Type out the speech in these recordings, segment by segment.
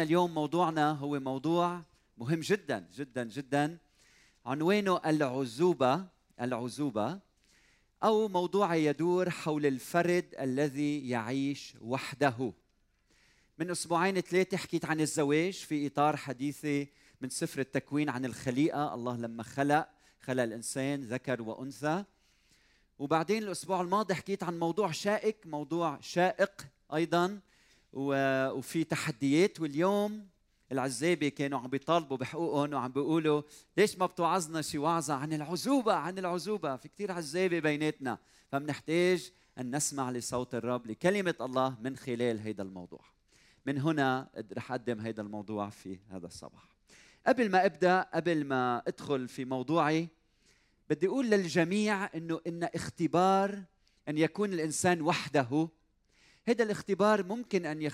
اليوم موضوعنا هو موضوع مهم جدا جدا جدا، عنوانه العزوبة أو موضوع يدور حول الفرد الذي يعيش وحده. من أسبوعين 3 حكيت عن الزواج في إطار حديثي من سفر التكوين عن الخليقة. الله لما خلق الإنسان ذكر وأنثى. وبعدين الأسبوع الماضي حكيت عن موضوع شائق أيضا وفي تحديات. واليوم العزابة كانوا عم بيطالبوا بحقوقهم وعم بيقولوا ليش ما بتوعظنا شي وعظة عن العزوبة. في كتير عزابة بيناتنا، فمنحتاج أن نسمع لصوت الرب لكلمة الله من خلال هيدا الموضوع. من هنا رح أقدم هيدا الموضوع في هذا الصباح. قبل ما أدخل في موضوعي بدي أقول للجميع إن اختبار أن يكون الإنسان وحده، هذا الاختبار ممكن أن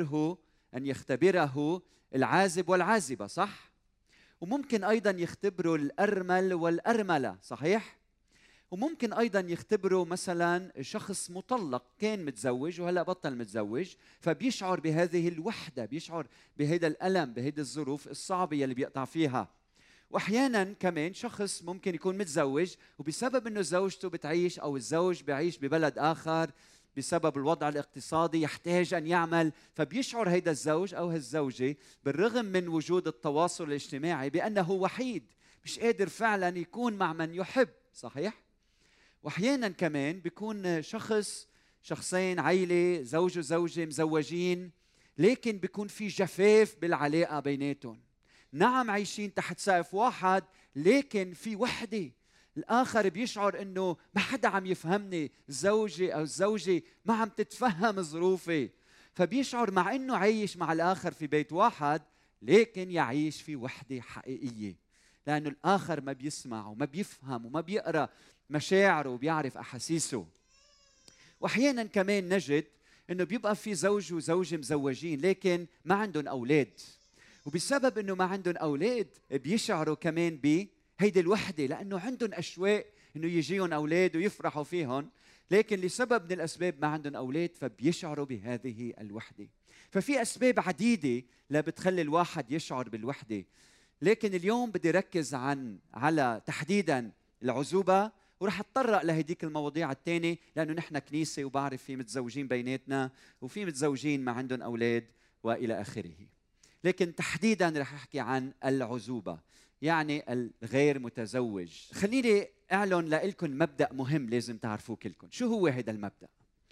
يختبره العازب والعازبة، صح؟ وممكن أيضا يختبروا الأرمل والأرملة، صحيح؟ وممكن أيضا يختبروا مثلا شخص مطلق كان متزوج وهلأ بطل متزوج، فبيشعر بهذه الوحدة، بيشعر بهذا الألم، بهذه الظروف الصعبة اللي بيقطع فيها. واحيانا كمان شخص ممكن يكون متزوج وبسبب انه زوجته بتعيش او الزوج بيعيش ببلد اخر بسبب الوضع الاقتصادي يحتاج ان يعمل، فبيشعر هيدا الزوج او هالزوجه بالرغم من وجود التواصل الاجتماعي بانه وحيد، مش قادر فعلا يكون مع من يحب، صحيح؟ واحيانا كمان بيكون شخصين عائله، زوج وزوجه مزوجين، لكن بيكون في جفاف بالعلاقه بيناتهم. نعم عايشين تحت سقف واحد لكن في وحدة، الآخر بيشعر إنه ما حدا عم يفهمني، الزوجة أو الزوجة ما عم تتفهم ظروفي، فبيشعر مع إنه عايش مع الآخر في بيت واحد لكن يعيش في وحدة حقيقية، لأنه الآخر ما بيسمع وما بيفهم وما بيقرأ مشاعره وبيعرف أحاسيسه. وأحيانا كمان نجد إنه بيبقى في زوج وزوجة مزوجين لكن ما عندهم أولاد، وبسبب انه ما عندهم اولاد بيشعروا كمان بهيدي الوحده، لانه عندهم اشواق انه يجيهم اولاد ويفرحوا فيهم، لكن لسبب من الاسباب ما عندهم اولاد فبيشعروا بهذه الوحده. ففي اسباب عديده لا بتخلي الواحد يشعر بالوحده، لكن اليوم بدي ركز على تحديدا العزوبه، ورح اتطرق لهديك المواضيع الثانيه لانه نحن كنيسه وبعرف في متزوجين بيناتنا وفي متزوجين ما عندهم اولاد والى اخره. لكن تحديداً رح أحكي عن العزوبة، يعني الغير متزوج. خليني أعلن لكم مبدأ مهم لازم تعرفوه كلكم. شو هو هذا المبدأ؟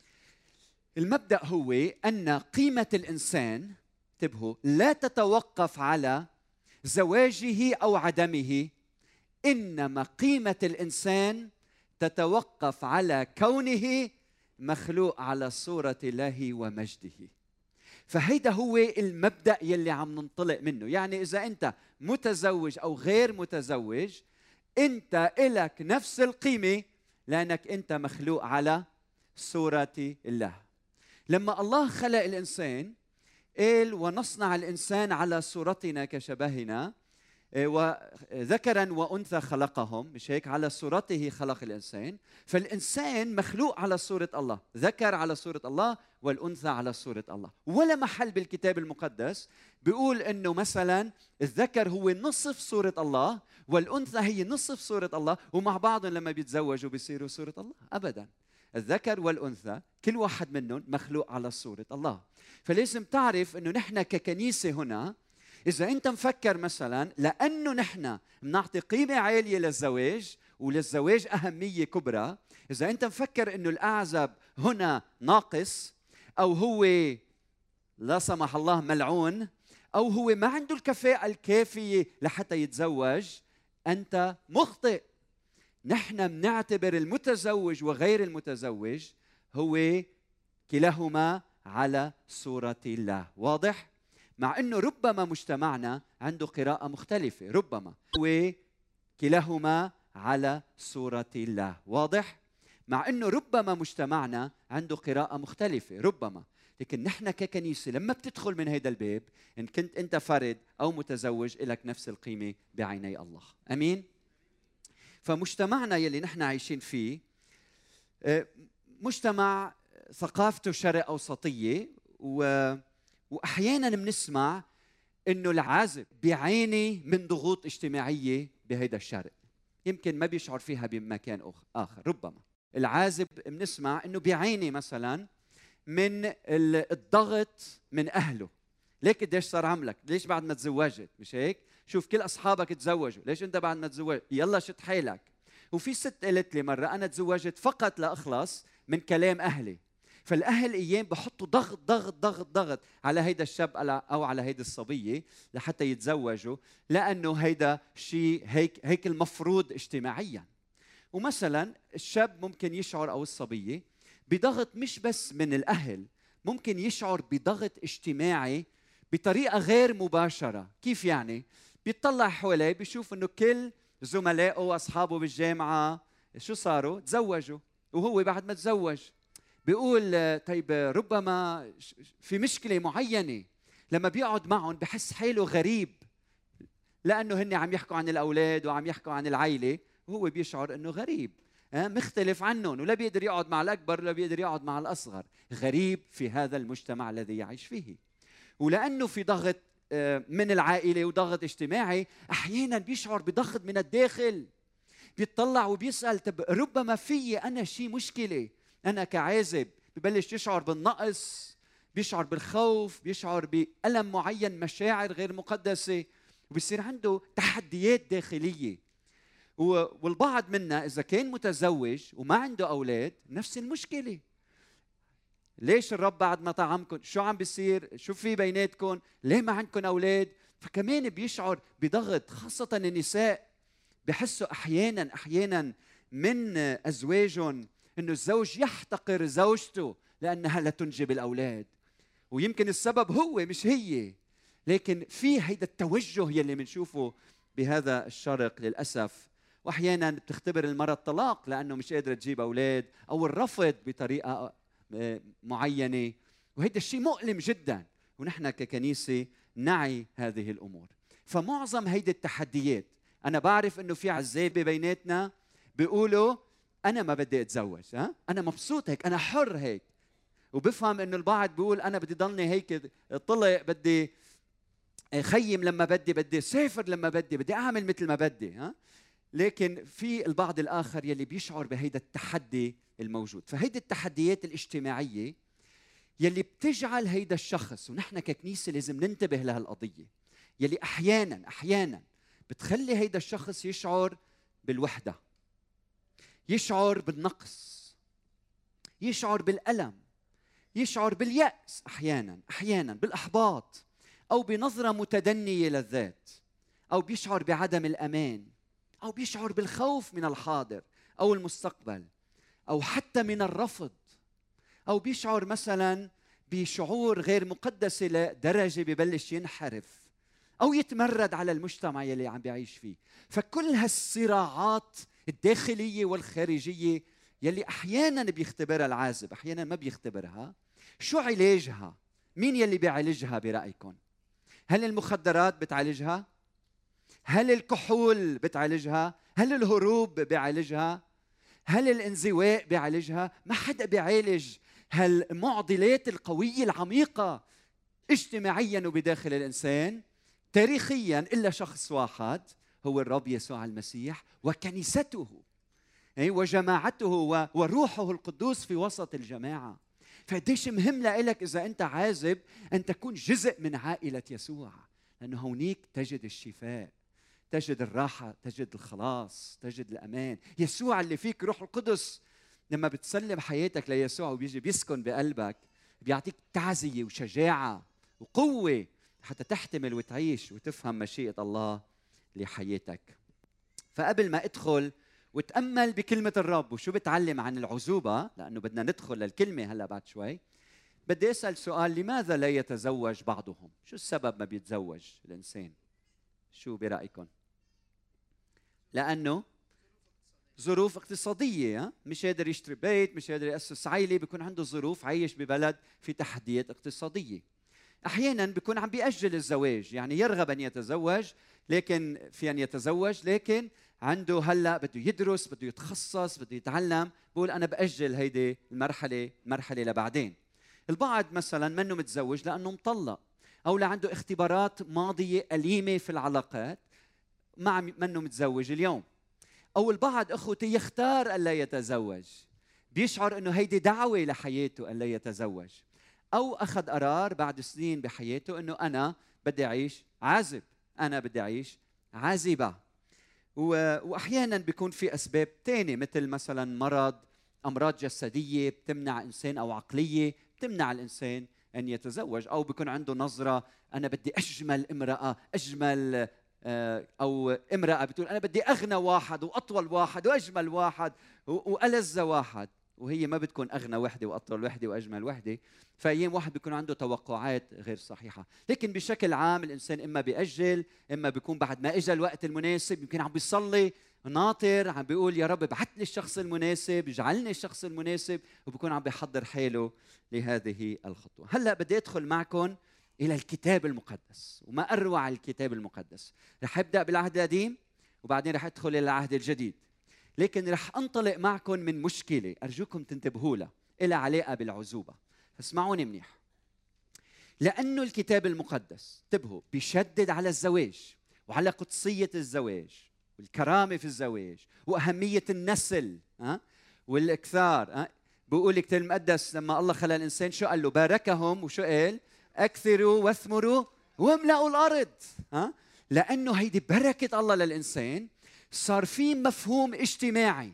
المبدأ هو أن قيمة الإنسان، انتبهوا، لا تتوقف على زواجه أو عدمه، إنما قيمة الإنسان تتوقف على كونه مخلوق على صورة الله ومجده. فهيدا هو المبدأ يلي عم ننطلق منه. يعني إذا أنت متزوج أو غير متزوج، أنت إلك نفس القيمة لأنك أنت مخلوق على صورة الله. لما الله خلق الإنسان قال ونصنع الإنسان على صورتنا كشبهنا، وذكرا وأنثى خلقهم، مش هيك؟ على صورته خلق الإنسان، فالإنسان مخلوق على صورة الله، ذكر على صورة الله والأنثى على صورة الله. ولا محل بالكتاب المقدس بيقول إنه مثلا الذكر هو نصف صورة الله والأنثى هي نصف صورة الله ومع بعضهم لما بيتزوجوا بيصيروا صورة الله، أبدا. الذكر والأنثى كل واحد منهم مخلوق على صورة الله. فلازم تعرف إنه نحن ككنيسة هنا، إذا أنت مفكر مثلا لأنه نحن بنعطي قيمة عالية للزواج وللزواج أهمية كبرى، إذا أنت مفكر أنه الأعزب هنا ناقص أو هو لا سمح الله ملعون أو هو ما عنده الكفاءة الكافية لحتى يتزوج، أنت مخطئ. نحن بنعتبر المتزوج وغير المتزوج هو كلاهما على صورة الله، واضح؟ مع أنه ربما مجتمعنا عنده قراءة مختلفة، ربما هو كلاهما على صورة الله، واضح؟ مع أنه ربما مجتمعنا عنده قراءة مختلفة، ربما، لكن نحن ككنيسة لما بتدخل من هذا الباب إن كنت أنت فرد أو متزوج إلك نفس القيمة بعيني الله. أمين؟ فمجتمعنا يلي نحن عايشين فيه مجتمع ثقافته شرق أوسطية، وأحياناً بنسمع إنه العازب بيعاني من ضغوط اجتماعية بهيدا الشرق، يمكن ما بيشعر فيها بمكان آخر. ربما العازب بنسمع إنه بيعاني مثلا من الضغط من أهله. ليك قديش صار عملك؟ ليش بعد ما تزوجت؟ مش هيك؟ شوف كل أصحابك تزوجوا، ليش أنت بعد ما تزوجت؟ يلا شد حيلك. وفي ست قالت لي مرة أنا تزوجت فقط لأخلص من كلام أهلي. فالأهل أيام بحطوا ضغط ضغط ضغط ضغط على هيدا الشاب أو على هيدا الصبية لحتى يتزوجوا، لأنه هيدا شيء هيك المفروض اجتماعيا. ومثلا الشاب ممكن يشعر أو الصبية بضغط مش بس من الأهل، ممكن يشعر بضغط اجتماعي بطريقة غير مباشرة. كيف يعني؟ بيطلع حواليه بيشوف انه كل زملائه واصحابه بالجامعة شو صاروا؟ تزوجوا، وهو بعد ما تزوج بيقول طيب ربما في مشكلة معينة. لما بيقعد معهم بحس حاله غريب، لأنه هن عم يحكوا عن الأولاد وعم يحكوا عن العائلة، وهو بيشعر انه غريب، مختلف عنهم، ولا بيقدر يقعد مع الأكبر ولا بيقدر يقعد مع الأصغر، غريب في هذا المجتمع الذي يعيش فيه. ولأنه في ضغط من العائلة وضغط اجتماعي، أحيانا بيشعر بضغط من الداخل، بيطلع وبيسأل طب ربما في أنا شيء مشكلة. أنا كعازب ببلش يشعر بالنقص، بيشعر بالخوف، بيشعر بألم معين، مشاعر غير مقدسة، وبيصير عنده تحديات داخلية. والبعض منا إذا كان متزوج وما عنده أولاد نفس المشكلة. ليش الرب بعد ما طعمكم؟ شو عم بيصير؟ شو في بيناتكم؟ ليه ما عندكم أولاد؟ فكمان بيشعر بضغط، خاصة النساء بحسوا أحيانا من أزواجهم إنه الزوج يحتقر زوجته لأنها لا تنجب الأولاد، ويمكن السبب هو مش هي. لكن في هيدا التوجه يلي بنشوفه بهذا الشرق للأسف. وأحيانا بتختبر المرأة الطلاق لأنه مش قادرة تجيب أولاد، أو الرفض بطريقة معينة، وهذا الشيء مؤلم جدا، ونحن ككنيسة نعي هذه الأمور. فمعظم هيدي التحديات، أنا بعرف إنه في عزابة بيناتنا بيقولوا أنا ما بدي أتزوج، أنا مبسوط هيك، أنا حر هيك. وبفهم إنه البعض بيقول أنا بدي ضلني هيك طلق، بدي خيم لما بدي سافر لما بدي أعمل مثل ما بدي. لكن في البعض الآخر يلي بيشعر بهيدا التحدي الموجود. فهيدي التحديات الاجتماعية يلي بتجعل هيدا الشخص، ونحن ككنيسة لازم ننتبه لهالقضية، يلي أحيانا بتخلي هيدا الشخص يشعر بالوحدة، يشعر بالنقص، يشعر بالألم، يشعر باليأس، أحيانا بالإحباط، أو بنظرة متدنية للذات، أو بيشعر بعدم الأمان، أو بيشعر بالخوف من الحاضر أو المستقبل، أو حتى من الرفض، أو بيشعر مثلا بشعور غير مقدسة لدرجة ببلش ينحرف أو يتمرد على المجتمع يلي عم بيعيش فيه. فكل هالصراعات الداخلية والخارجية يلي أحيانا بيختبرها العازب، أحيانا ما بيختبرها. شو علاجها؟ مين يلي بيعالجها برأيكم؟ هل المخدرات بتعالجها؟ هل الكحول بتعالجها؟ هل الهروب بيعالجها؟ هل الانزواء بيعالجها؟ ما حدا بيعالج هالمعضلات القوية العميقة اجتماعيا وبداخل الإنسان تاريخيا إلا شخص واحد، هو الرب يسوع المسيح وكنيسته وجماعته وروحه القدوس في وسط الجماعة. فقديش مهم لإلك إذا أنت عازب أن تكون جزء من عائلة يسوع، لأنه هونيك تجد الشفاء، تجد الراحة، تجد الخلاص، تجد الأمان. يسوع اللي فيك روح القدس لما بتسلم حياتك ليسوع وبيجي بيسكن بقلبك، بيعطيك تعزية وشجاعة وقوة حتى تحتمل وتعيش وتفهم مشيئة الله لحياتك. فقبل ما أدخل وتأمل بكلمة الرب وشو بتعلم عن العزوبة، لأنه بدنا ندخل للكلمة هلأ بعد شوي، بدي أسأل سؤال: لماذا لا يتزوج بعضهم؟ شو السبب ما بيتزوج الإنسان؟ شو برأيكم؟ لأنه ظروف اقتصادية، مش قادر يشتري بيت، مش قادر يأسس عائلة، بيكون عنده ظروف، عايش ببلد في تحديات اقتصادية. أحياناً بيكون عم بيأجل الزواج، يعني يرغب أن يتزوج لكن في أن يتزوج، لكن عنده هلأ بده يدرس، بده يتخصص، بده يتعلم، بقول أنا بأجل هيدي المرحلة لبعدين. البعض مثلاً منه متزوج لأنه مطلق، أو عنده اختبارات ماضية أليمة في العلاقات مع منه متزوج اليوم. أو البعض أخوتي يختار ألا يتزوج، بيشعر أنه هيدي دعوة لحياته ألا يتزوج، أو أخذ قرار بعد سنين بحياته أنه أنا بدي أعيش عازب، أنا بدي أعيش عازبة. وأحياناً بيكون في أسباب تانية مثل مثلاً مرض، أمراض جسدية بتمنع إنسان أو عقلية بتمنع الإنسان أن يتزوج، أو بيكون عنده نظرة أنا بدي أجمل امرأة، أجمل أو امرأة بتقول أنا بدي أغنى واحد وأطول واحد وأجمل واحد وألذ واحد، وهي ما بتكون أغنى وحدة وأطول وحدة وأجمل وحدة. فأيام واحد بيكون عنده توقعات غير صحيحة. لكن بشكل عام الإنسان إما بيأجل، إما بيكون بعد ما إجا الوقت المناسب، يمكن عم بيصلي ناطر، عم بيقول يا رب ابعث لي الشخص المناسب، اجعلني الشخص المناسب، وبيكون عم بيحضر حاله لهذه الخطوة. هلأ بدي أدخل معكم إلى الكتاب المقدس، وما أروع الكتاب المقدس. رح أبدأ بالعهد القديم وبعدين رح أدخل إلى العهد الجديد، لكن رح أنطلق معكم من مشكلة أرجوكم تنتبهوا لها، إلها علاقة بالعزوبة. فاسمعوني منيح، لأنه الكتاب المقدس انتبهوا بيشدد على الزواج وعلى قدسية الزواج والكرامة في الزواج وأهمية النسل والإكثار. بيقول الكتاب المقدس لما الله خلق الإنسان شو قال له؟ باركهم وشو قال؟ أكثروا واثمروا واملأوا الأرض. لأنه هيدي بركة الله للإنسان. صار في مفهوم اجتماعي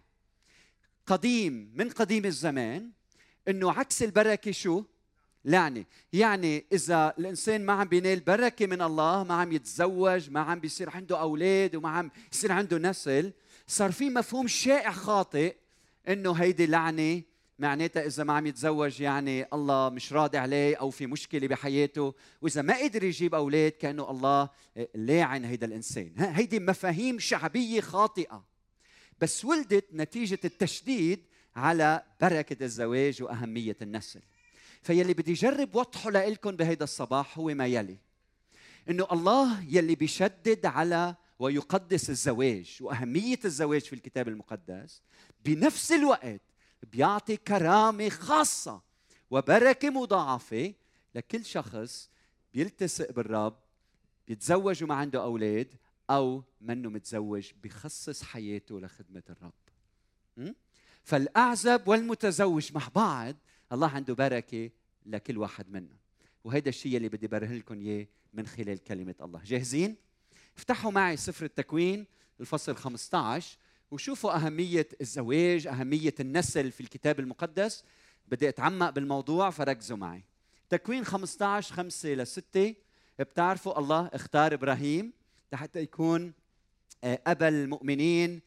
قديم من قديم الزمان إنه عكس البركة شو؟ لعنة. يعني إذا الإنسان ما عم بينال بركة من الله، ما عم يتزوج، ما عم بيصير عنده أولاد وما عم يصير عنده نسل، صار في مفهوم شائع خاطئ إنه هيدي لعنة، معناتها إذا ما عم يتزوج يعني الله مش راضي عليه أو في مشكلة بحياته، وإذا ما قدر يجيب أولاد كأنه الله لاعن هيدا الإنسان. هيدي مفاهيم شعبية خاطئة، بس ولدت نتيجة التشديد على بركة الزواج وأهمية النسل. فيلي بدي جرب وضحه لكم بهيدا الصباح هو ما يلي، إنه الله يلي بيشدد على ويقدس الزواج وأهمية الزواج في الكتاب المقدس، بنفس الوقت بيعطي كرامة خاصة وبركة مضاعفة لكل شخص بيلتصق بالرب، بيتزوج وما عنده أولاد، أو منه متزوج بيخصص حياته لخدمة الرب. فالأعزب والمتزوج مع بعض الله عنده بركة لكل واحد منهم. وهذا الشيء اللي بدي برهن لكم إياه من خلال كلمة الله. جاهزين؟ افتحوا معي سفر التكوين الفصل 15 وشوفوا أهمية الزواج، أهمية النسل في الكتاب المقدس. بدي أتعمق بالموضوع فركزوا معي. تكوين 15 5-6. بتعرفوا الله اختار إبراهيم حتى يكون أبا المؤمنين،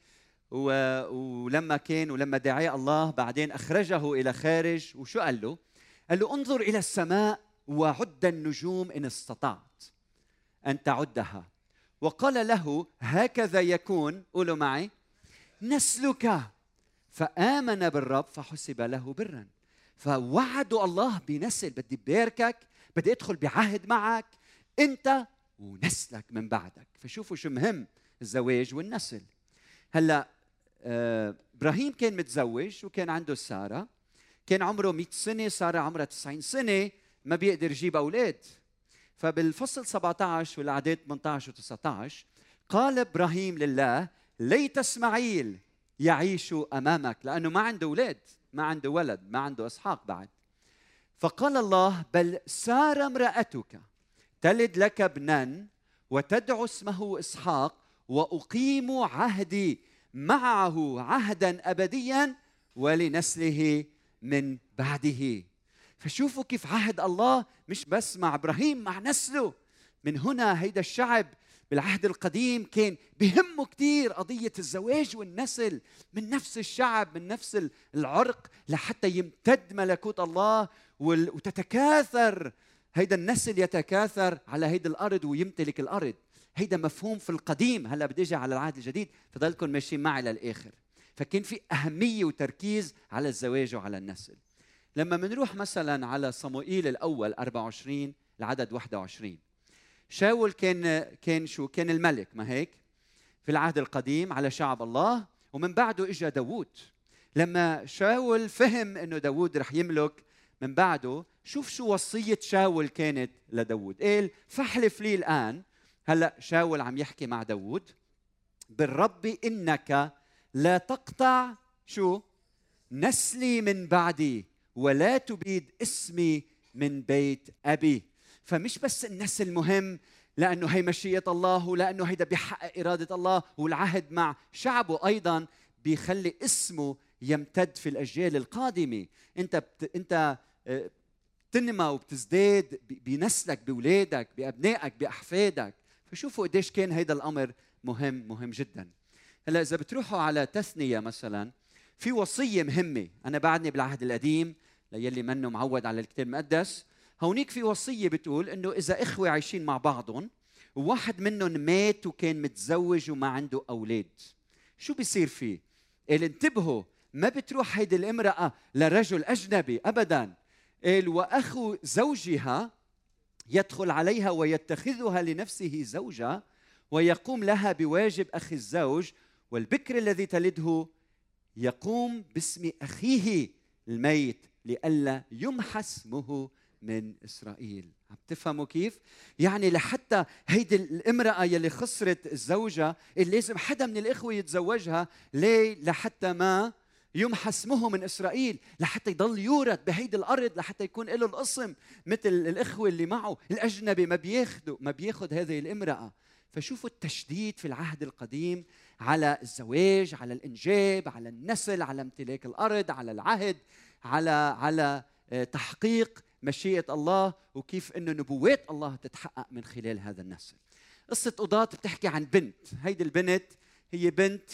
ولما دعاه الله بعدين أخرجه إلى خارج، وشو قال له؟ قال له انظر إلى السماء وعد النجوم إن استطعت أن تعدها، وقال له هكذا يكون، قولوا معي، نسلك. فآمن بالرب فحسب له برا. فوعدوا الله بنسل، بدي باركك، بدي أدخل بعهد معك أنت ونسلك من بعدك. فشوفوا شو مهم الزواج والنسل. هلا إبراهيم كان متزوج وكان عنده سارة، كان عمره 100 سنة، سارة عمرها 90 سنة، ما بيقدر يجيب أولاد. فبالفصل 17 والأعداد 18 و19 قال إبراهيم لله ليت إسماعيل يعيش أمامك، لأنه ما عنده أولاد، ما عنده ولد، ما عنده إسحاق بعد. فقال الله بل سارة امرأتك تلد لك ابنا وتدعو اسمه إسحاق، وأقيم عهدي معه عهدا أبديا ولنسله من بعده. فشوفوا كيف عهد الله مش بس مع إبراهيم، مع نسله. من هنا هيدا الشعب بالعهد القديم كان بهمه كتير قضية الزواج والنسل، من نفس الشعب، من نفس العرق، لحتى يمتد ملكوت الله وتتكاثر هيدا النسل، يتكاثر على هيدا الأرض ويمتلك الأرض. هيدا مفهوم في القديم. هلا بدي اجي على العهد الجديد فضلكم ماشيين معي للآخر. فكان في أهمية وتركيز على الزواج وعلى النسل. لما منروح مثلا على صموئيل الأول 24 العدد 21، شاول كان شو؟ كان الملك، ما هيك؟ في العهد القديم على شعب الله، ومن بعده اجى داوود. لما شاول فهم انه داوود رح يملك من بعده، شوف شو وصية شاول كانت لداود. قال فاحلف لي الآن. هلأ شاول عم يحكي مع داود: بالرب إنك لا تقطع شو؟ نسلي من بعدي، ولا تبيد اسمي من بيت أبي. فمش بس النسل مهم لأنه هي مشيئة الله، ولأنه هيدا بيحقق إرادة الله والعهد مع شعبه، أيضاً بيخلي اسمه يمتد في الأجيال القادمة. أنت تنمى وبتزداد بنسلك، بأولادك، بأبنائك، بأحفادك. فشوفوا قديش كان هيدا الأمر مهم جداً. هلا إذا بتروحوا على تثنية مثلاً، في وصية مهمة. أنا بعدني بالعهد القديم ليلي منه معود على الكتاب المقدس. هونيك في وصية بتقول إنه إذا إخوة عايشين مع بعضهم وواحد منهم مات وكان متزوج وما عنده أولاد، شو بيصير فيه؟ قال انتبهوا، ما بتروح هيدي الامرأة لرجل أجنبي أبداً. قال وأخو زوجها يدخل عليها ويتخذها لنفسه زوجة، ويقوم لها بواجب أخي الزوج، والبكر الذي تلده يقوم باسم أخيه الميت لئلا يمحى اسمه من إسرائيل. عم تفهموا كيف؟ يعني لحتى هيدي الامرأة يلي خسرت الزوجة اللي لازم حدا من الإخوة يتزوجها. ليه؟ لحتى ما يمحى اسمه من إسرائيل، لحتى يضل يورث بهيدي الأرض، لحتى يكون له القسم مثل الإخوة اللي معه. الأجنبي ما بياخد هذه الامرأة. فشوفوا التشديد في العهد القديم على الزواج، على الإنجاب، على النسل، على امتلاك الأرض، على العهد، على تحقيق مشيئة الله، وكيف إنه نبوات الله تتحقق من خلال هذا النسل. قصة قضاة بتحكي عن بنت. هيدي البنت هي بنت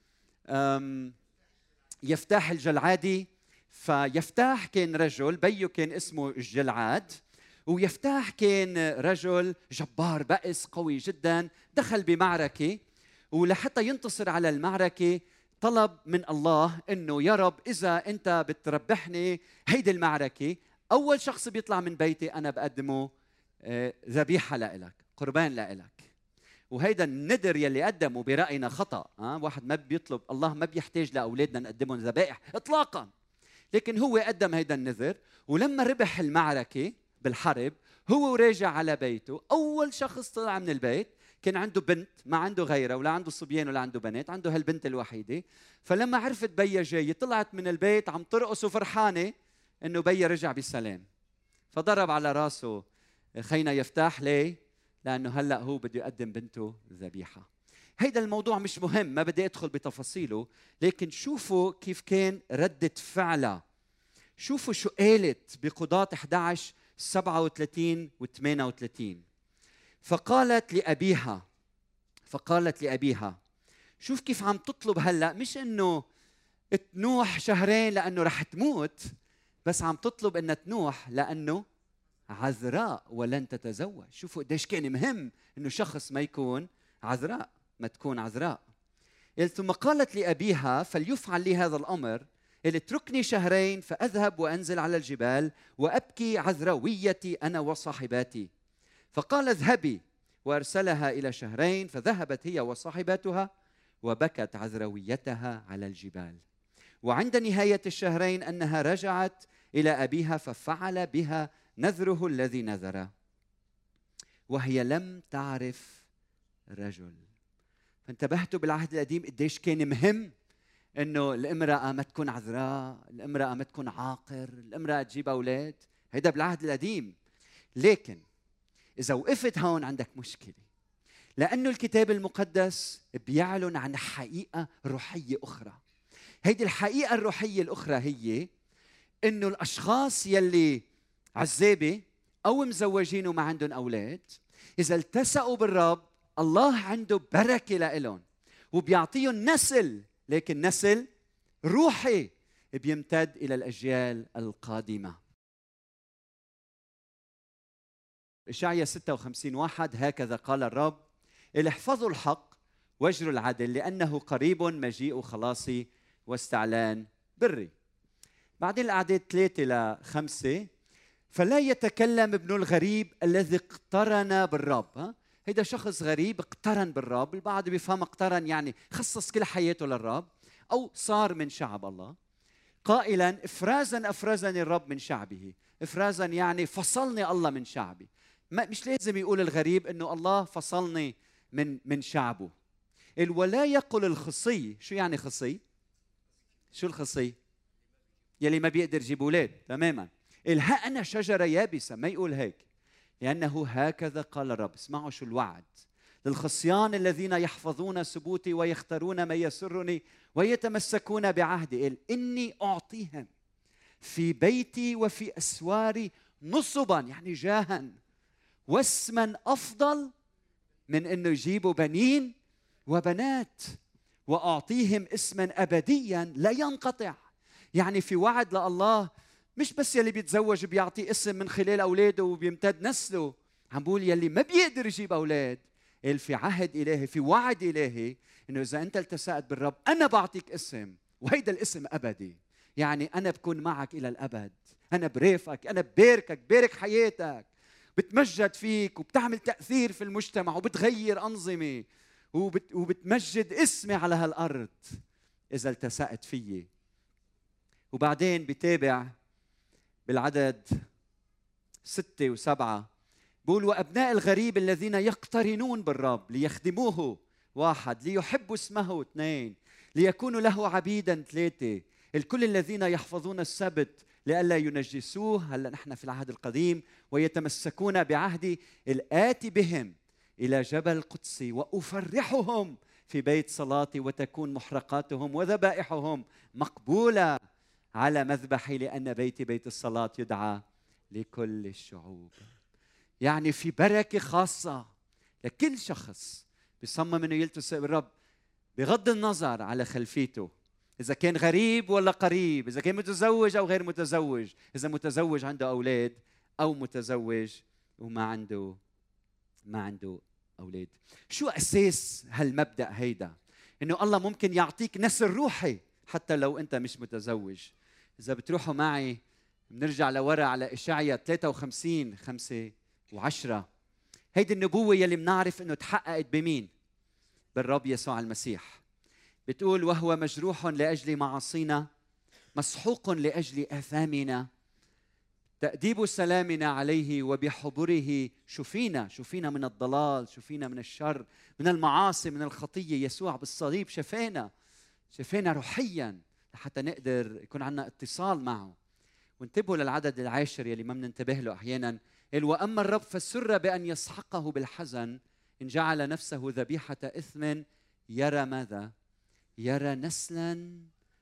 يفتاح الجلعادي. فيفتاح كان رجل، بيه كان اسمه الجلعاد، ويفتاح كان رجل جبار بأس قوي جدا. دخل بمعركة، ولحتى ينتصر على المعركة طلب من الله إنه يا رب إذا أنت بتربحني هيدي المعركة، أول شخص بيطلع من بيتي أنا بقدمه ذبيحة لإلك، قربان لإلك. وهيدا الندر يلي قدمه برأينا خطأ. واحد ما بيطلب، الله ما بيحتاج لأولادنا نقدمهم ذبائح إطلاقاً، لكن هو قدم هيدا النذر. ولما ربح المعركة بالحرب، هو وراجع على بيته، أول شخص طلع من البيت كان عنده بنت، ما عنده غيرها، ولا عنده صبيان ولا عنده بنات، عنده هالبنت الوحيدة. فلما عرفت بيا جاي، طلعت من البيت عم ترقص وفرحانة إنه بيا رجع بسلام. فضرب على راسه خينا يفتاح. ليه؟ لأنه هلأ هو بده يقدم بنته ذبيحة. هيدا الموضوع مش مهم، ما بدي أدخل بتفاصيله، لكن شوفوا كيف كان ردة فعلها. شوفوا شو قالت بقضاة 11 37 و 38. فقالت لأبيها، شوف كيف عم تطلب هلأ، مش إنه تنوح شهرين لأنه رح تموت، بس عم تطلب إنها تنوح لأنه عذراء ولن تتزوج. شوفوا قديش كان مهم إنه شخص ما يكون عذراء، ما تكون عذراء. ثم قالت لأبيها فليفعل لي هذا الأمر، اتركني شهرين فأذهب وأنزل على الجبال وأبكي عذراويتي أنا وصاحباتي. فقال اذهبي، وأرسلها إلى شهرين، فذهبت هي وصاحباتها وبكت عذراويتها على الجبال. وعند نهاية الشهرين أنها رجعت إلى أبيها، ففعل بها نذره الذي نذره، وهي لم تعرف رجل. فانتبهتوا بالعهد القديم قديش كان مهم إنه الامرأة ما تكون عذراء، الامرأة ما تكون عاقر، الامرأة تجيب أولاد. هيدا بالعهد القديم. لكن إذا وقفت هون عندك مشكلة، لأنه الكتاب المقدس بيعلن عن حقيقة روحية أخرى. هيدي الحقيقة الروحية الأخرى هي إنه الأشخاص يلي عزابة أو مزوجين وما عندهم أولاد، إذا التسقوا بالرب، الله عنده بركة لإلهم وبيعطيهم نسل، لكن نسل روحي بيمتد إلى الأجيال القادمة. إشعياء 56:1 هكذا قال الرب: احفظوا الحق واجروا العدل، لأنه قريب مجيء خلاصي واستعلان بري. بعدين الأعداد 3-5: فلا يتكلم ابن الغريب الذي اقترن بالرب. هيدا شخص غريب اقترن بالرب. البعض بيفهم اقترن يعني خصص كل حياته للرب، أو صار من شعب الله. قائلا افرازا افرزني الرب من شعبه. افرازا يعني فصلني الله من شعبي. مش لازم يقول الغريب انه الله فصلني من شعبه. ولا يقل الخصي. شو يعني خصي؟ شو الخصي؟ يلي ما بيقدر يجيب اولاد. تماما. ها انا شجره يابسه. ما يقول هيك، لانه هكذا قال الرب. اسمعوا شو الوعد للخصيان الذين يحفظون ثبوتي ويختارون ما يسرني ويتمسكون بعهدي. قال اني اعطيهم في بيتي وفي اسواري نصبا، يعني جاها، واسما افضل من انه يجيبوا بنين وبنات، واعطيهم اسما ابديا لا ينقطع. يعني في وعد لله، مش بس يلي بيتزوج بيعطي اسم من خلال اولاده وبيمتد نسله. عم بقول يلي ما بيقدر يجيب اولاد، قال في عهد الهي، في وعد الهي، انه اذا انت التسأت بالرب انا بعطيك اسم، وهيدا الاسم ابدي. يعني انا بكون معك الى الابد، انا برافقك، انا بباركك، بارك حياتك، بتمجد فيك وبتعمل تأثير في المجتمع وبتغير أنظمة وبتمجد اسمي على هالأرض إذا التسأت فيي. وبعدين بتابع بالعدد 6 و7 بقول وأبناء الغريب الذين يقترنون بالرب ليخدموه 1، ليحبوا اسمه 2، ليكونوا له عبيدا 3، الكل الذين يحفظون السبت لئلا ينجسوه. هلا نحن في العهد القديم. ويتمسكون بعهدي الآتي بهم إلى جبل القدس وأفرحهم في بيت صلاتي، وتكون محرقاتهم وذبائحهم مقبولة على مذبحي، لأن بيتي بيت الصلاة يدعى لكل الشعوب. يعني في بركة خاصة لكل شخص بيصمم أنه يلتزم بالرب بغض النظر على خلفيته، إذا كان غريب ولا قريب، إذا كان متزوج أو غير متزوج، إذا متزوج عنده أولاد أو متزوج وما عنده أولاد. شو أساس هالمبدأ هيدا؟ إنه الله ممكن يعطيك نسل روحي حتى لو أنت مش متزوج. إذا بتروحوا معي بنرجع لورا على إشعياء 53:5 و10. هيدي النبوة يلي بنعرف إنه تحققت بمين؟ بالرب يسوع المسيح. بتقول وهو مجروح لأجل معاصينا، مسحوق لأجل آثامنا، تأديب سلامنا عليه، وبحبره شفينا من الضلال، شفينا من الشر، من المعاصي، من الخطية. يسوع بالصليب شفانا روحيا لحتى نقدر يكون عندنا اتصال معه. وانتبهوا للعدد 10 يلي ما بننتبه له أحيانا. قال وأما الرب فسر بأن يسحقه بالحزن إن جعل نفسه ذبيحة إثم، يرى ماذا؟ يرى نسلا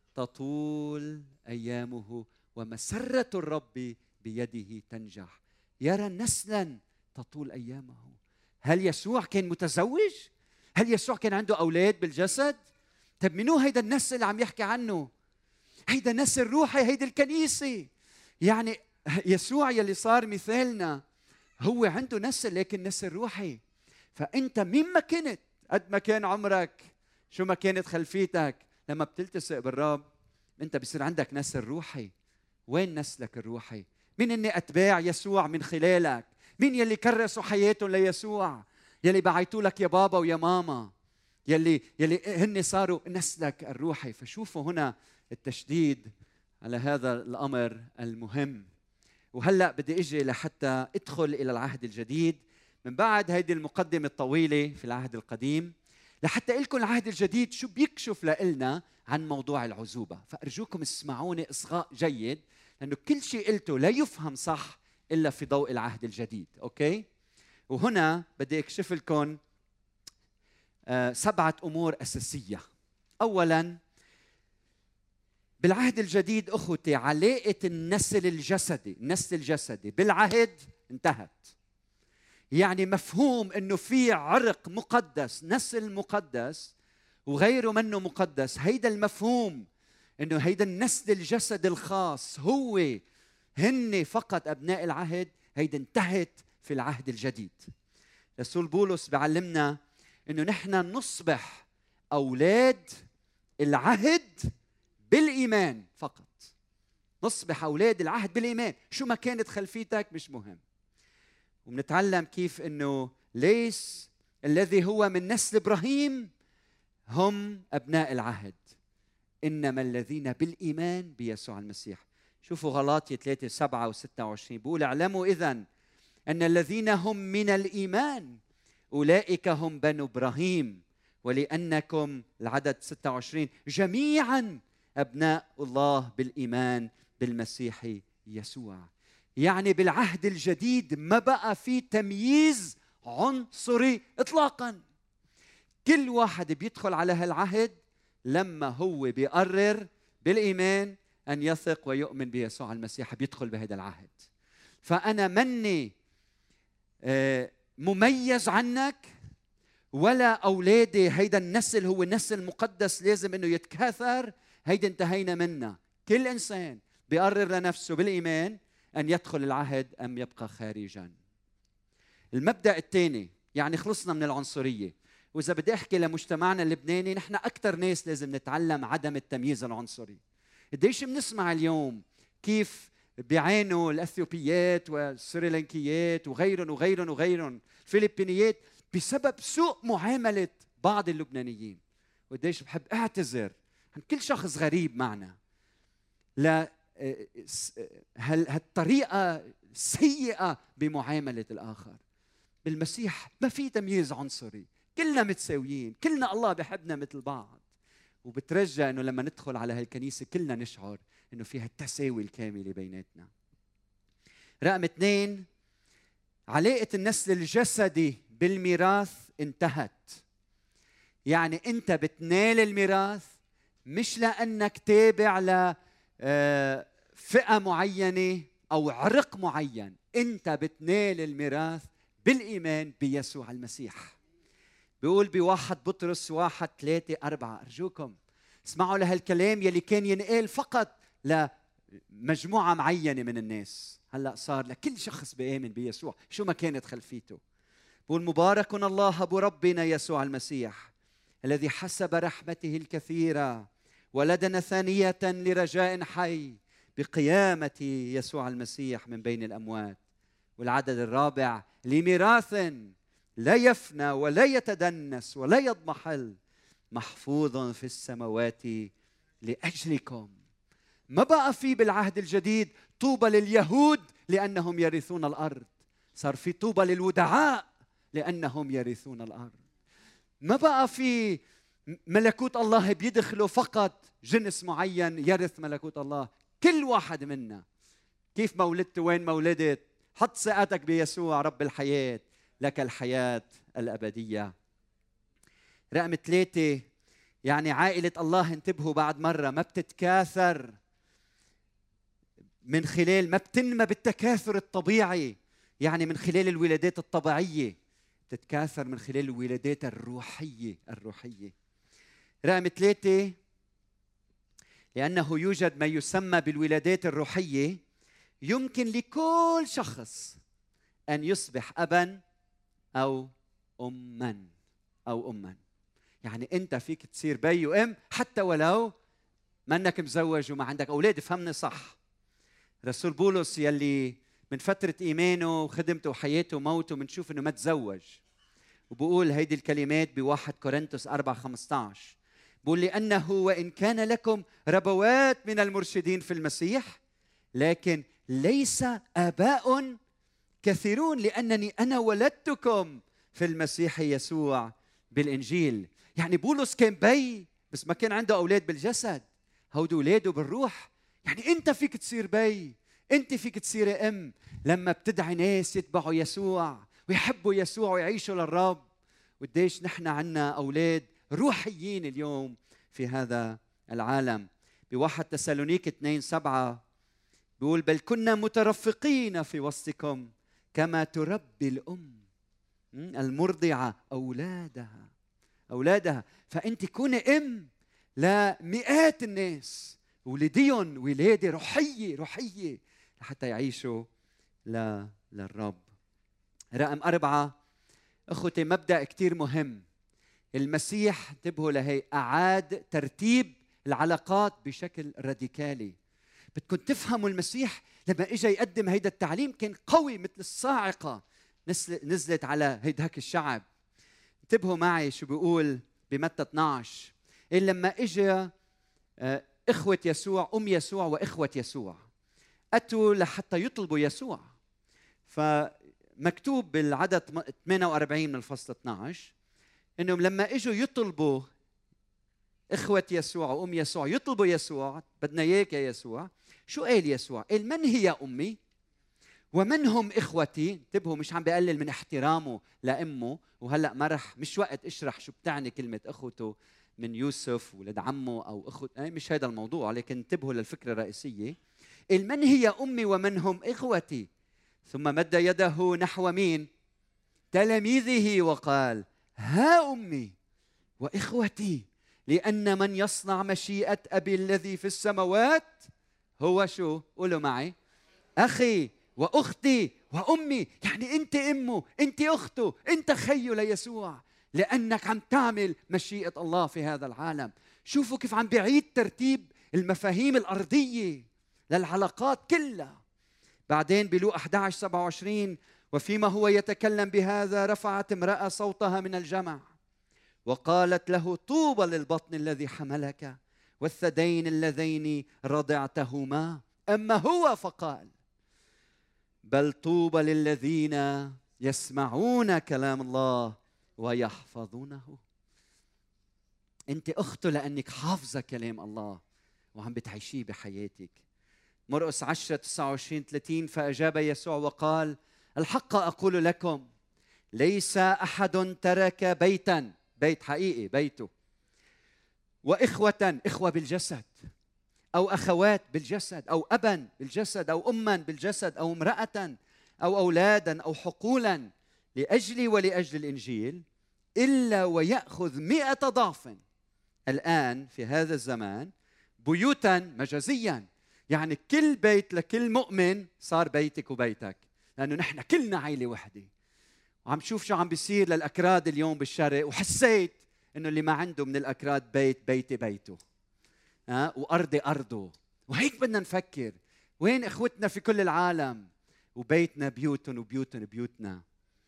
تطول أيامه، ومسرة الرب بيده تنجح. يرى نسلا تطول أيامه. هل يسوع كان متزوج؟ هل يسوع كان عنده أولاد بالجسد؟ طب منو هيدا النسل اللي عم يحكي عنه؟ هيدا نسل روحي، هيدا الكنيسة. يعني يسوع يلي صار مثالنا هو عنده نسل، لكن نسل روحي. فأنت مين ما كنت، قد ما كان عمرك، شو ما كانت خلفيتك، لما بتلتصق بالرب أنت بصير عندك نسل روحي. وين نسلك الروحي؟ مين إني أتباع يسوع من خلالك؟ مين يلي كرسوا حياتهم ليسوع؟ يلي بعيتوا لك يا بابا ويا ماما، يلي هن صاروا نسلك الروحي. فشوفوا هنا التشديد على هذا الأمر المهم. وهلأ بدي أجي لحتى أدخل إلى العهد الجديد من بعد هيدي المقدمة الطويلة في العهد القديم، لحتى لكم العهد الجديد شو بيكشف لنا عن موضوع العزوبة. فأرجوكم اسمعوني إصغاء جيد، لأنه كل شيء قلته لا يفهم صح إلا في ضوء العهد الجديد. أوكي؟ وهنا بدي أكشف لكم 7 أمور أساسية. أولاً، بالعهد الجديد أخوتي علاقة النسل الجسدي بالعهد انتهت. يعني مفهوم أنه في عرق مقدس، نسل مقدس وغيره منه مقدس، هيدا المفهوم أنه هيدا النسل الجسد الخاص هن فقط أبناء العهد، هيدا انتهت في العهد الجديد. رسول بولس بعلمنا أنه نحن نصبح أولاد العهد بالإيمان فقط. نصبح أولاد العهد بالإيمان، شو ما كانت خلفيتك مش مهم. وبنتعلم كيف أنه ليس الذي هو من نسل إبراهيم هم أبناء العهد، إنما الذين بالإيمان بيسوع المسيح. شوفوا غلاطية 3:7 و26 بيقول: اعلموا إذن أن الذين هم من الإيمان أولئك هم بنو إبراهيم، ولأنكم العدد 26 جميعا أبناء الله بالإيمان بالمسيح يسوع. يعني بالعهد الجديد ما بقى في تمييز عنصري إطلاقا. كل واحد بيدخل على هالعهد لما هو بيقرر بالإيمان أن يثق ويؤمن بيسوع المسيح بيدخل بهذا العهد. فأنا مني مميز عنك ولا أولادي، هيدا النسل هو نسل مقدس لازم أنه يتكاثر، هيدا انتهينا منها. كل إنسان بيقرر لنفسه بالإيمان أن يدخل العهد أم يبقى خارجا. المبدأ الثاني، يعني خلصنا من العنصرية. وإذا بدي أحكي لمجتمعنا اللبناني، نحن أكثر ناس لازم نتعلم عدم التمييز العنصري. قديش بنسمع اليوم كيف بيعانوا الأثيوبيات والسريلانكيات وغيرهم وغيرهم وغيرهم الفلبينيات بسبب سوء معاملة بعض اللبنانيين. وقديش بحب أعتذر عن كل شخص غريب معنا لا هالطريقة سيئة بمعاملة الآخر. بالمسيح ما في تمييز عنصري، كلنا متساويين، كلنا الله بحبنا مثل بعض. وبترجى أنه لما ندخل على هالكنيسة كلنا نشعر أنه فيها التساوي الكاملة بيناتنا. رقم 2، علاقة النسل الجسدي بالميراث انتهت. يعني أنت بتنال الميراث مش لأنك تابع لفئة معينة أو عرق معين، أنت بتنال الميراث بالإيمان بيسوع المسيح. بيقول بواحد بطرس 1:3-4، أرجوكم اسمعوا لهالكلام يلي كان ينقال فقط لمجموعة معينة من الناس، هلأ صار لكل شخص بيآمن بيسوع شو ما كانت خلفيته. بيقول: مبارك الله أبو ربنا يسوع المسيح الذي حسب رحمته الكثيرة ولدنا ثانية لرجاء حي بقيامة يسوع المسيح من بين الأموات. والعدد الرابع: لميراث لا يفنى ولا يتدنس ولا يضمحل محفوظ في السماوات لأجلكم. ما بقى في بالعهد الجديد طوبى لليهود لأنهم يرثون الأرض، صار في طوبى للودعاء لأنهم يرثون الأرض. ما بقى في ملكوت الله بيدخلوا فقط جنس معين يرث ملكوت الله، كل واحد منا. كيف ما ولدت وين ما ولدت، حط ثقتك بيسوع رب الحياة، لك الحياة الأبدية. رقم 3، يعني عائلة الله، انتبهوا بعد مرة، ما بتتكاثر من خلال، ما بتنمى بالتكاثر الطبيعي، يعني من خلال الولادات الطبيعية، تتكاثر من خلال الولادات الروحية. رقم 3، لأنه يوجد ما يسمى بالولادات الروحية، يمكن لكل شخص أن يصبح أباً أو أماً يعني أنت فيك تصير بي وأم حتى ولو ما أنك مزوج وما عندك أولاد. فهمني صح، رسول بولس يلي من فترة إيمانه وخدمته وحياته وموته منشوف أنه ما تزوج، وبقول هيدي الكلمات بواحد كورنثوس 4:15، بقول: لأنه وإن كان لكم ربوات من المرشدين في المسيح لكن ليس آباء كثيرون، لأنني أنا ولدتكم في المسيح يسوع بالإنجيل. يعني بولس كان بي بس ما كان عنده أولاد بالجسد، هودي أولاده بالروح. يعني أنت فيك تصير بي، أنت فيك تصير أم لما بتدعي ناس يتبعوا يسوع ويحبوا يسوع ويعيشوا للرب. وديش نحن عنا أولاد روحيين اليوم في هذا العالم. بواحد تسالونيك 2:7 بيقول: بل كنا مترفقين في وسطكم كما تربي الأم المرضعة أولادها. فأنت كوني أم لمئات الناس، ولديهم ولادة روحية لحتى يعيشوا للرب. رقم 4، أخوتي، مبدأ كتير مهم. المسيح، انتبهوا لهي، أعاد ترتيب العلاقات بشكل راديكالي. بدكم تفهموا المسيح لما إجا يقدم هيدا التعليم كان قوي مثل الصاعقة نزلت على هيداك الشعب. انتبهوا معي شو بيقول بمتى 12، لما إجا إخوة يسوع، يسوع وإخوة يسوع أتوا لحتى يطلبوا يسوع. فمكتوب بالعدد 48 من الفصل 12 إنهم لما إجوا يطلبوا إخوة يسوع يسوع يطلبوا يسوع، بدنا إياك يا يسوع، شو قال يسوع؟ قال من هي أمي ومن هم إخوتي؟ انتبهوا، مش عم بقلل من احترامه لأمه، وهلأ مش وقت اشرح شو بتعني كلمة أخوته من يوسف ولد عمه أو أخت، مش هذا الموضوع، لكن انتبهوا للفكرة الرئيسية. قال من هي أمي ومن هم إخوتي؟ ثم مد يده نحو مين؟ تلاميذه وقال ها أمي وإخوتي، لأن من يصنع مشيئة أبي الذي في السماوات هو شو؟ قولوا معي، أخي وأختي وأمي. يعني أنت أمه، أنت أخته، أنت خيه ليسوع، لأنك عم تعمل مشيئة الله في هذا العالم. شوفوا كيف عم بيعيد ترتيب المفاهيم الأرضية للعلاقات كلها. بعدين بلوقا 11:27 وفيما هو يتكلم بهذا رفعت امرأة صوتها من الجمع وقالت له طوبى للبطن الذي حملك والثديين اللذين رضعتهما. أما هو فقال بل طوبى للذين يسمعون كلام الله ويحفظونه. أنت أخته لأنك حافظة كلام الله وعم بتعيشيه بحياتك. مرقس 10:29-30 فأجاب يسوع وقال الحق أقول لكم ليس أحد ترك بيتا، بيت حقيقي بيته، وإخوة، إخوة بالجسد، أو أخوات بالجسد، أو أبا بالجسد، أو أما بالجسد، أو امرأة، أو أولادا، أو حقولا لأجلي ولأجل الإنجيل إلا ويأخذ 100 ضعف الآن في هذا الزمان بيوتا مجازيا. يعني كل بيت لكل مؤمن صار بيتك وبيتك، لأنه نحن كلنا عائلة وحدة. وعم شوف شو عم بيصير للأكراد اليوم بالشرق، وحسيت إنه اللي ما عنده من الأكراد بيت بيتي بيته، وأرضي أرضه. وهيك بدنا نفكر، وين إخوتنا في كل العالم؟ وبيتنا بيوتهم وبيوتهم بيوتنا.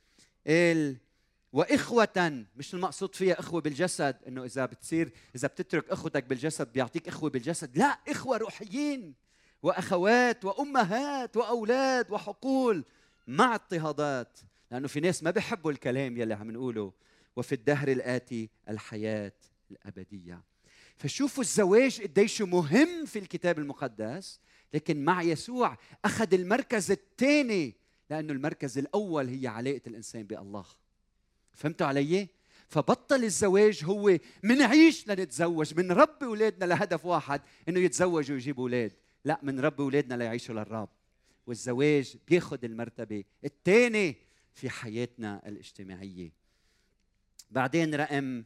وإخوة مش المقصود فيها إخوة بالجسد، إنه إذا بتترك أخوتك بالجسد بيعطيك إخوة بالجسد، لا، إخوة روحيين، وأخوات وأمهات وأولاد وحقول مع اضطهادات، لأنه في ناس ما بيحبوا الكلام يلي عم نقوله. وفي الدهر الآتي الحياة الأبدية. فشوفوا الزواج قديش مهم في الكتاب المقدس، لكن مع يسوع أخذ المركز الثاني، لأنه المركز الأول هي علاقة الإنسان بالله. فهمتوا علي؟ فبطل الزواج هو منعيش لنتزوج، من ربي أولادنا لهدف واحد إنه يتزوجوا ويجيبوا أولاد، لا، من ربي أولادنا ليعيشوا للرب. والزواج بياخد المرتبة الثانية في حياتنا الاجتماعية. بعدين رقم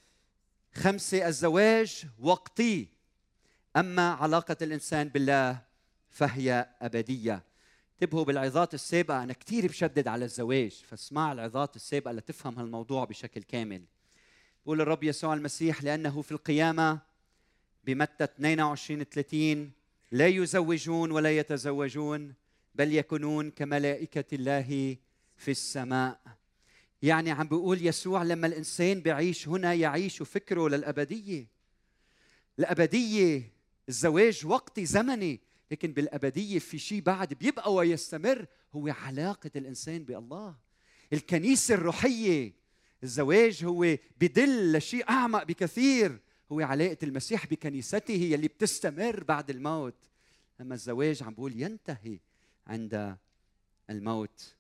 5 الزواج وقتي، أما علاقة الإنسان بالله فهي أبدية. انتبهوا بالعظات السابقة أنا كثير بشدد على الزواج، فاسمع العظات السابقة لتفهم هالموضوع بشكل كامل. بقول الرب يسوع المسيح لأنه في القيامة بمتى 22:30 لا يزوجون ولا يتزوجون بل يكونون كملائكة الله في السماء. يعني عم بيقول يسوع لما الإنسان بيعيش هنا يعيش فكره للأبدية. الأبدية، الزواج وقتي زمني، لكن بالأبدية في شيء بعد بيبقى ويستمر، هو علاقة الإنسان بالله. الكنيسة الروحية، الزواج هو بدل لشيء أعمق بكثير، هو علاقة المسيح بكنيسته يلي بتستمر بعد الموت. أما الزواج عم بقول ينتهي عند الموت.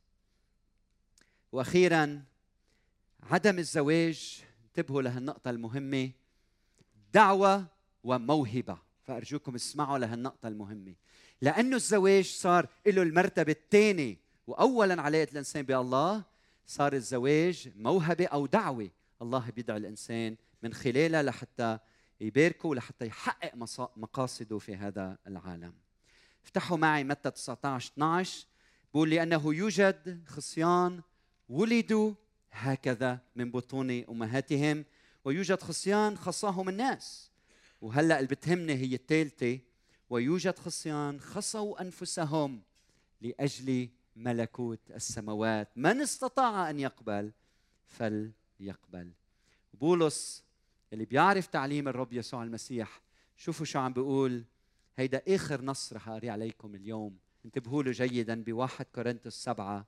وأخيراً عدم الزواج، انتبهوا لهالنقطة المهمة، دعوة وموهبة. فأرجوكم اسمعوا لهالنقطة المهمة، لأنه الزواج صار له المرتبة الثانية، وأولاً علاقة الإنسان بالله، صار الزواج موهبة أو دعوة الله بيدعو الإنسان من خلالها لحتى يباركه ولحتى يحقق مقاصده في هذا العالم. افتحوا معي متى 19:12، بقول لأنه يوجد خصيان ولدوا هكذا من بطون أمهاتهم ويوجد خصيان خصاهم الناس. وهلأ اللي بتهمني هي الثالثة، ويوجد خصيان خصوا أنفسهم لأجل ملكوت السماوات، من استطاع أن يقبل فليقبل. بولس اللي بيعرف تعليم الرب يسوع المسيح شوفوا شو عم بيقول. هيدا آخر نص رح أقري عليكم اليوم، انتبهوا له جيدا. بواحد كورنثوس 7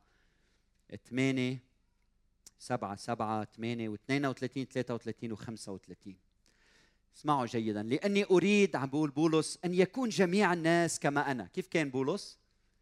8 7 7 8 و32 33 و35. اسمعوا جيدا. لأني أريد، عم بقول بولس، أن يكون جميع الناس كما أنا. كيف كان بولس؟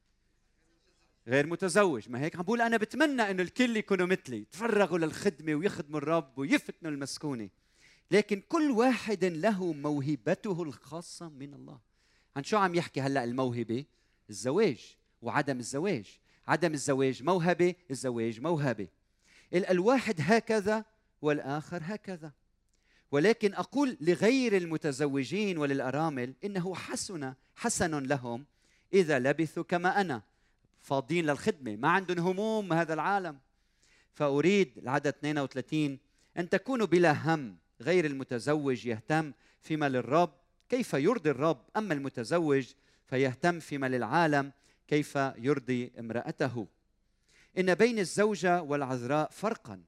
غير متزوج. ما هيك عم بقول أنا بتمنى أن الكل يكونوا مثلي، يتفرغوا للخدمة ويخدموا الرب ويفتنوا المسكونة. لكن كل واحد له موهبته الخاصة من الله. عن شو عم يحكي هلأ؟ الموهبة الزواج وعدم الزواج. عدم الزواج موهبة، الزواج موهبة. الواحد هكذا والآخر هكذا. ولكن أقول لغير المتزوجين وللأرامل إنه حسن لهم إذا لبثوا كما أنا، فاضين للخدمة، ما عندهم هموم هذا العالم. فأريد العدد 32 أن تكونوا بلا هم. غير المتزوج يهتم فيما للرب كيف يرضي الرب، أما المتزوج فيهتم فيما للعالم كيف يرضي امرأته. إن بين الزوجة والعذراء فرقا.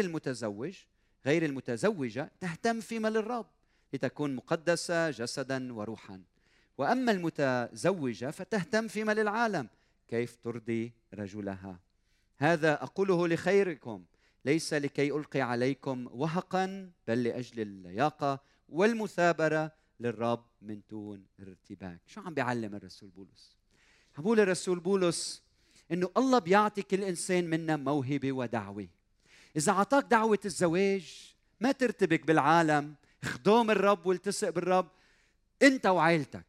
غير المتزوجة تهتم فيما للرب لتكون مقدسة جسدا وروحا، وأما المتزوجة فتهتم فيما للعالم كيف ترضي رجلها. هذا أقوله لخيركم، ليس لكي ألقي عليكم وهقا، بل لأجل اللياقة والمثابرة للرب من دون ارتباك. شو عم بيعلم الرسول بولس؟ عم بقول الرسول بولس إنه الله بيعطي كل إنسان منا موهبة ودعوة. إذا أعطاك دعوة الزواج ما ترتبك بالعالم، خدوم الرب والتصق بالرب أنت وعائلتك.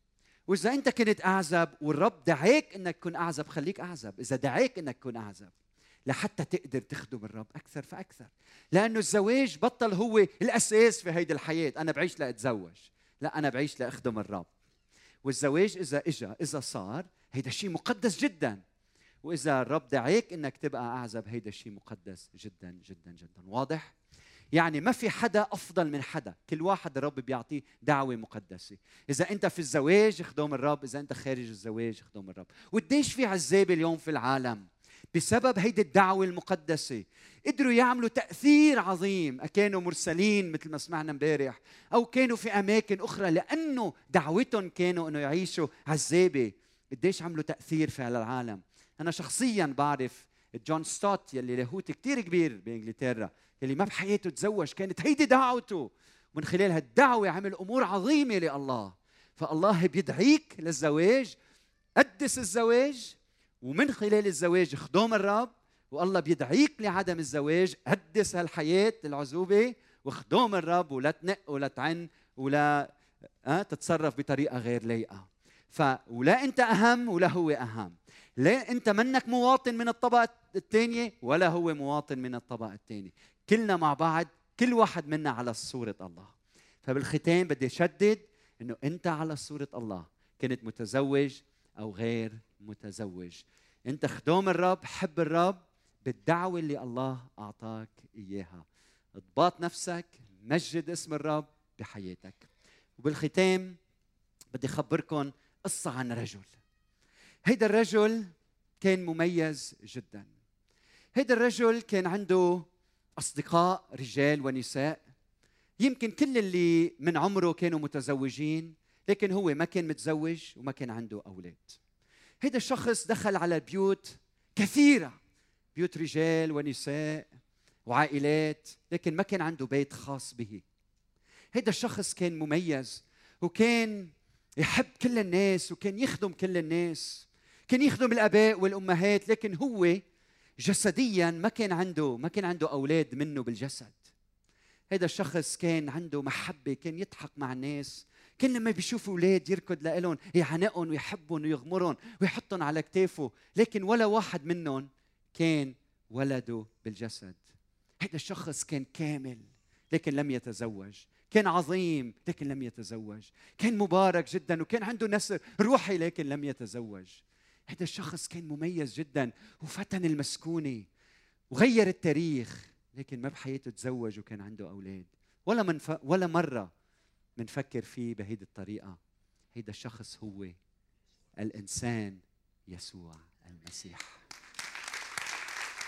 وإذا أنت كنت أعزب والرب دعاك إنك تكون أعزب، خليك أعزب. إذا دعاك إنك تكون أعزب لحتى تقدر تخدم الرب أكثر فأكثر. لأنه الزواج بطل هو الأساس في هيدي الحياة. أنا بعيش لأتزوج، لا، أنا بعيش لأخدم الرب. والزواج إذا صار هيدا شيء مقدس جدا. وإذا الرب دعاك إنك تبقى أعزب هيدا شيء مقدس جدا جدا جدا. واضح؟ يعني ما في حدا أفضل من حدا، كل واحد الرب بيعطيه دعوة مقدسة. إذا أنت في الزواج خدوم الرب، إذا أنت خارج الزواج خدوم الرب. وقديش في عزابة اليوم في العالم بسبب هيدي الدعوة المقدسة قدروا يعملوا تأثير عظيم. كانوا مرسلين مثل ما سمعنا امبارح، أو كانوا في أماكن أخرى لأنه دعوتهم كانوا أنه يعيشوا عزابة. قديش عملوا تأثير في العالم. أنا شخصياً بعرف جون ستوت يلي لاهوتي كتير كبير بإنجلترا، يلي ما بحياته تزوج، كانت هيدي دعوته. من خلال هالدعوة عمل أمور عظيمة لله. فالله بيدعيك للزواج، قدس الزواج، ومن خلال الزواج خدوم الرب. والله بيدعيك لعدم الزواج، قدس هالحياة العزوبة وخدوم الرب، ولا تنق ولا تعن ولا تتصرف بطريقة غير لايقة. ولا أنت أهم ولا هو أهم. لا أنت منك مواطن من الطبقة الثانية ولا هو مواطن من الطبقة الثانية. كلنا مع بعض، كل واحد منا على صورة الله. فبالختام بدي أشدد أنه أنت على صورة الله، كنت متزوج أو غير متزوج. أنت خدوم الرب، حب الرب بالدعوة اللي الله أعطاك إياها. اضباط نفسك، مجد اسم الرب بحياتك. وبالختام بدي أخبركم قصة عن رجل. هيدا الرجل كان مميز جدا. هيدا الرجل كان عنده أصدقاء رجال ونساء. يمكن كل اللي من عمره كانوا متزوجين، لكن هو ما كان متزوج وما كان عنده أولاد. هيدا الشخص دخل على بيوت كثيرة، بيوت رجال ونساء وعائلات، لكن ما كان عنده بيت خاص به. هيدا الشخص كان مميز، وكان يحب كل الناس، وكان يخدم كل الناس، كان يخدم الآباء والأمهات، لكن هو جسدياً ما كان عنده أولاد منه بالجسد. هذا الشخص كان عنده محبة، كان يضحك مع الناس، كان لما بيشوف أولاد يركض لهم، يعنقهم ويحبهم ويغمرهم ويحطهم على كتافه، لكن ولا واحد منهم كان ولده بالجسد. هذا الشخص كان كامل لكن لم يتزوج، كان عظيم لكن لم يتزوج، كان مبارك جدا وكان عنده نسل روحي لكن لم يتزوج. هذا الشخص كان مميز جدا وفتن المسكونة وغير التاريخ، لكن ما بحياته تزوج وكان عنده أولاد. ولا مرة منفكر فيه بهيدي الطريقة. هيدا الشخص هو الإنسان يسوع المسيح.